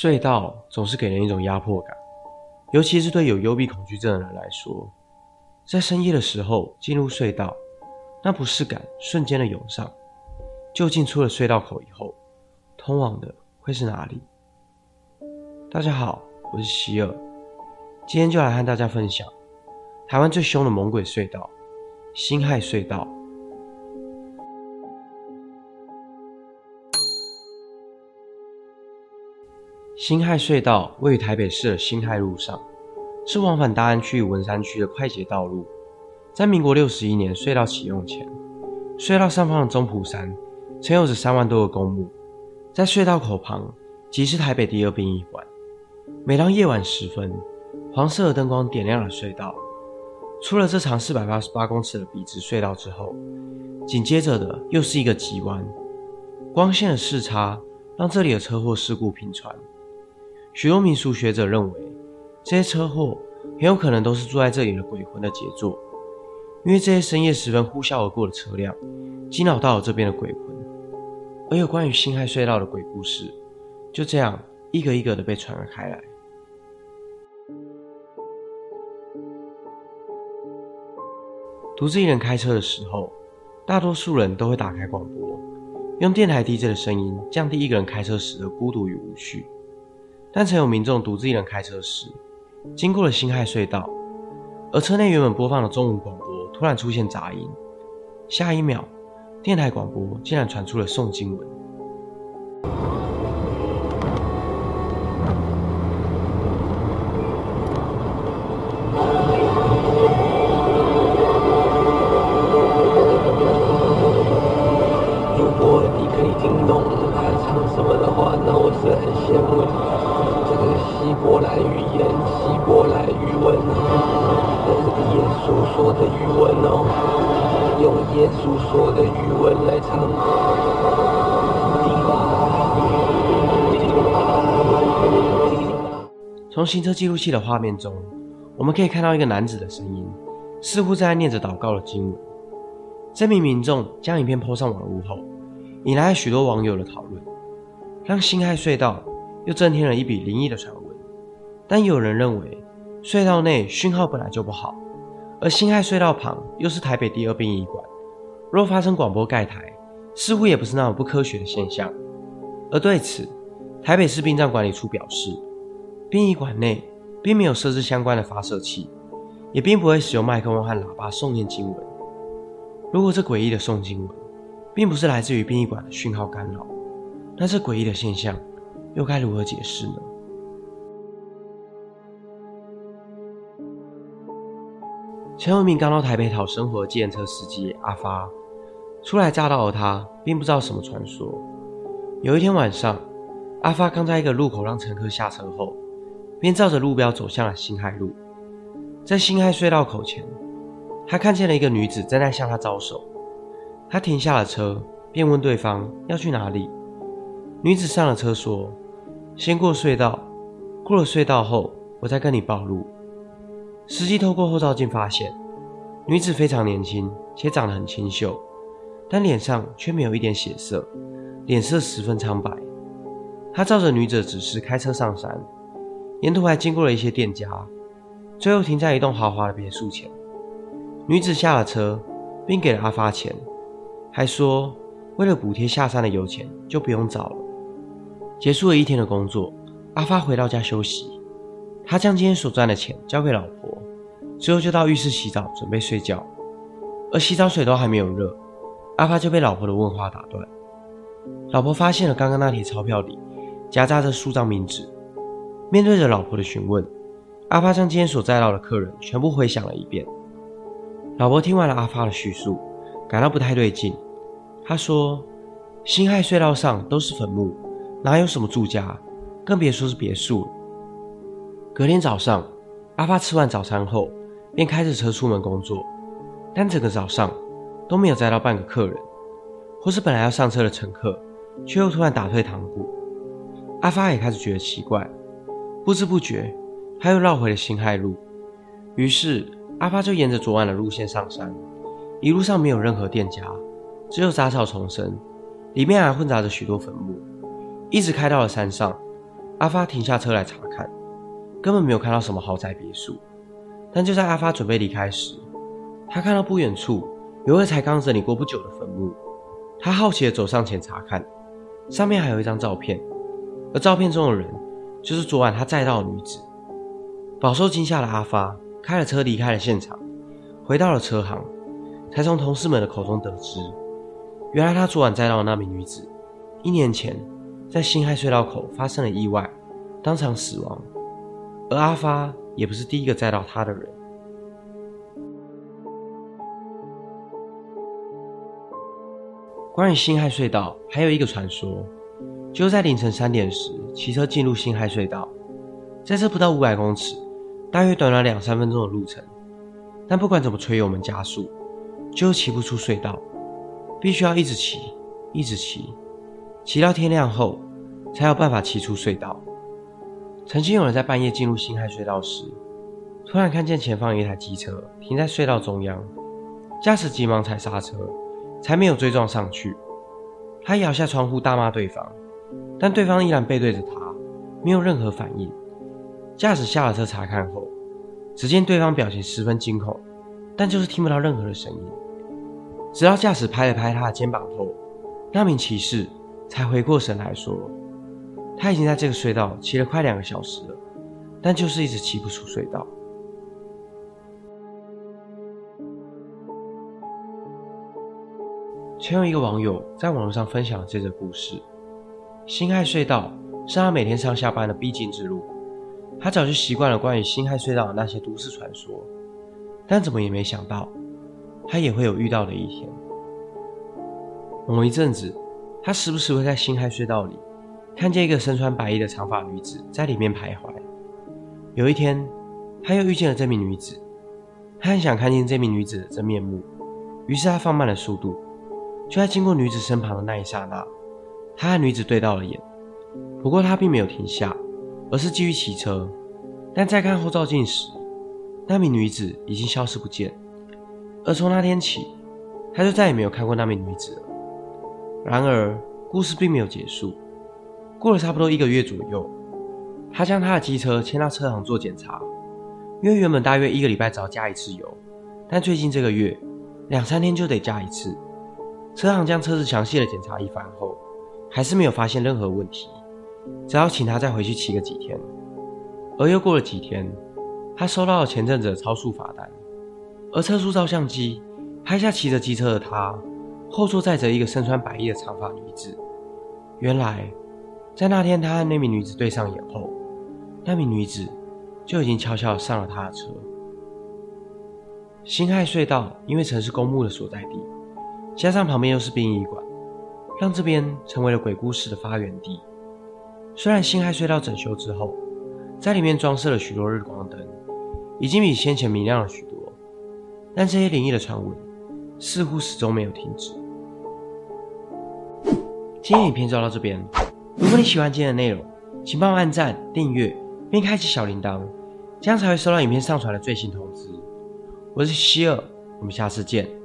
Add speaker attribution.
Speaker 1: 隧道总是给人一种压迫感，尤其是对有幽闭恐惧症的人来说，在深夜的时候进入隧道，那不适感瞬间的涌上。究竟出了隧道口以后，通往的会是哪里？大家好，我是希尔，今天就来和大家分享台湾最凶的猛鬼隧道——辛亥隧道。辛亥隧道位于台北市的辛亥路上，是往返大安区与文山区的快捷道路。在民国61年隧道启用前，隧道上方的中埔山曾有着3万多个公墓，在隧道口旁即是台北第2殡仪馆。每当夜晚时分，黄色的灯光点亮了隧道。出了这长488公尺的笔直隧道之后，紧接着的又是一个急弯，光线的视差让这里的车祸事故频传。许多民俗学者认为，这些车祸很有可能都是住在这里的鬼魂的杰作，因为这些深夜时分呼啸而过的车辆惊扰到了这边的鬼魂。而有关于辛亥隧道的鬼故事，就这样一个一个的被传了开来。独自一人开车的时候，大多数人都会打开广播，用电台 DJ 的声音降低一个人开车时的孤独与无序。但曾有民众独自一人开车时，经过了辛亥隧道，而车内原本播放的中文广播突然出现杂音，下一秒，电台广播竟然传出了诵经文。
Speaker 2: 如果你可以听懂他唱什么的话，那我是很羡慕你。这个希伯来语言、希伯来语文，这是耶稣说的语文哦，用耶稣说的语文来唱。
Speaker 1: 从行车记录器的画面中，我们可以看到一个男子的声音，似乎在念着祷告的经文。这名民众将影片 PO 上网络后，引来了许多网友的讨论，让辛亥隧道又增添了一笔灵异的传闻。但也有人认为，隧道内讯号本来就不好，而辛亥隧道旁又是台北第2殡仪馆，若发生广播盖台，似乎也不是那么不科学的现象。而对此，台北市殡葬管理处表示，殡仪馆内并没有设置相关的发射器，也并不会使用麦克风和喇叭诵念经文。如果这诡异的诵经文并不是来自于殡仪馆的讯号干扰，那这诡异的现象又该如何解释呢？曾有一名刚到台北讨生活的计程车司机阿发，初来乍到的他并不知道什么传说。有一天晚上，阿发刚在一个路口让乘客下车后，便照着路标走向了辛亥路。在辛亥隧道口前，他看见了一个女子正在向他招手。他停下了车，便问对方要去哪里。女子上了车说，先过隧道，过了隧道后我再跟你报路。司机透过后照镜发现，女子非常年轻且长得很清秀，但脸上却没有一点血色，脸色十分苍白。他照着女子的指示开车上山，沿途还经过了一些店家，最后停在一栋豪华的别墅前。女子下了车，并给了阿发钱，还说为了补贴下山的油钱就不用找了。结束了一天的工作，阿发回到家休息。他将今天所赚的钱交给老婆，之后就到浴室洗澡准备睡觉。而洗澡水都还没有热，阿发就被老婆的问话打断。老婆发现了刚刚那叠钞票里夹杂着数张冥纸，面对着老婆的询问，阿发将今天所载到的客人全部回想了一遍。老婆听完了阿发的叙述，感到不太对劲。她说，辛亥隧道上都是坟墓，哪有什么住家，更别说是别墅了。隔天早上，阿发吃完早餐后便开着车出门工作，但整个早上都没有载到半个客人，或是本来要上车的乘客却又突然打退堂鼓。阿发也开始觉得奇怪，不知不觉他又绕回了辛亥路。于是阿发就沿着昨晚的路线上山，一路上没有任何店家，只有杂草丛生，里面还混杂着许多坟墓。一直开到了山上， 阿发停下车来查看，根本没有看到什么豪宅别墅。但就在阿发准备离开时，他看到不远处有个才刚整理过不久的坟墓。他好奇地走上前查看，上面还有一张照片，而照片中的人就是昨晚他载到的女子。饱受惊吓的阿发开了车离开了现场，回到了车行，才从同事们的口中得知，原来他昨晚载到的那名女子1年前在辛亥隧道口发生了意外，当场死亡，而阿发也不是第一个载到他的人。关于辛亥隧道还有一个传说，就是在凌晨3点时骑车进入辛亥隧道，在这不到500公尺，大约短短2-3分钟的路程，但不管怎么吹油门加速，就是骑不出隧道，必须要一直骑一直骑，骑到天亮后才有办法骑出隧道。曾经有人在半夜进入辛亥隧道时，突然看见前方有一台机车停在隧道中央，驾驶急忙踩刹车，才没有追撞上去。他摇下窗户大骂对方，但对方依然背对着他，没有任何反应。驾驶下了车查看后，只见对方表情十分惊恐，但就是听不到任何的声音。直到驾驶拍了拍他的肩膀后，那名骑士才回过神来说，他已经在这个隧道骑了快2个小时了，但就是一直骑不出隧道。前有一个网友在网络上分享了这则故事。辛亥隧道是他每天上下班的必经之路，他早就习惯了关于辛亥隧道的那些都市传说，但怎么也没想到他也会有遇到的一天。某一阵子，他时不时会在辛亥隧道里看见一个身穿白衣的长发女子在里面徘徊。有一天，他又遇见了这名女子，他很想看见这名女子的真面目，于是他放慢了速度。就在经过女子身旁的那一刹那，他和女子对到了眼。不过他并没有停下，而是继续骑车。但在看后照镜时，那名女子已经消失不见。而从那天起，他就再也没有看过那名女子了。然而，故事并没有结束。过了差不多1个月左右，他将他的机车牵到车行做检查，因为原本大约1个礼拜只要加1次油，但最近这个月2-3天就得加1次。车行将车子详细的检查一番后，还是没有发现任何问题，只好请他再回去骑个几天。而又过了几天，他收到了前阵子的超速罚单，而测速照相机拍下骑着机车的他，后座载着一个身穿白衣的长发女子。原来在那天他和那名女子对上眼后，那名女子就已经悄悄上了他的车。辛亥隧道因为曾是公墓的所在地，加上旁边又是殡仪馆，让这边成为了鬼故事的发源地。虽然辛亥隧道整修之后，在里面装饰了许多日光灯，已经比先前明亮了许多，但这些灵异的传闻似乎始终没有停止。今天影片就到这边，如果你喜欢今天的内容，请帮我按赞、订阅并开启小铃铛，这样才会收到影片上传的最新通知。我是希尔，我们下次见。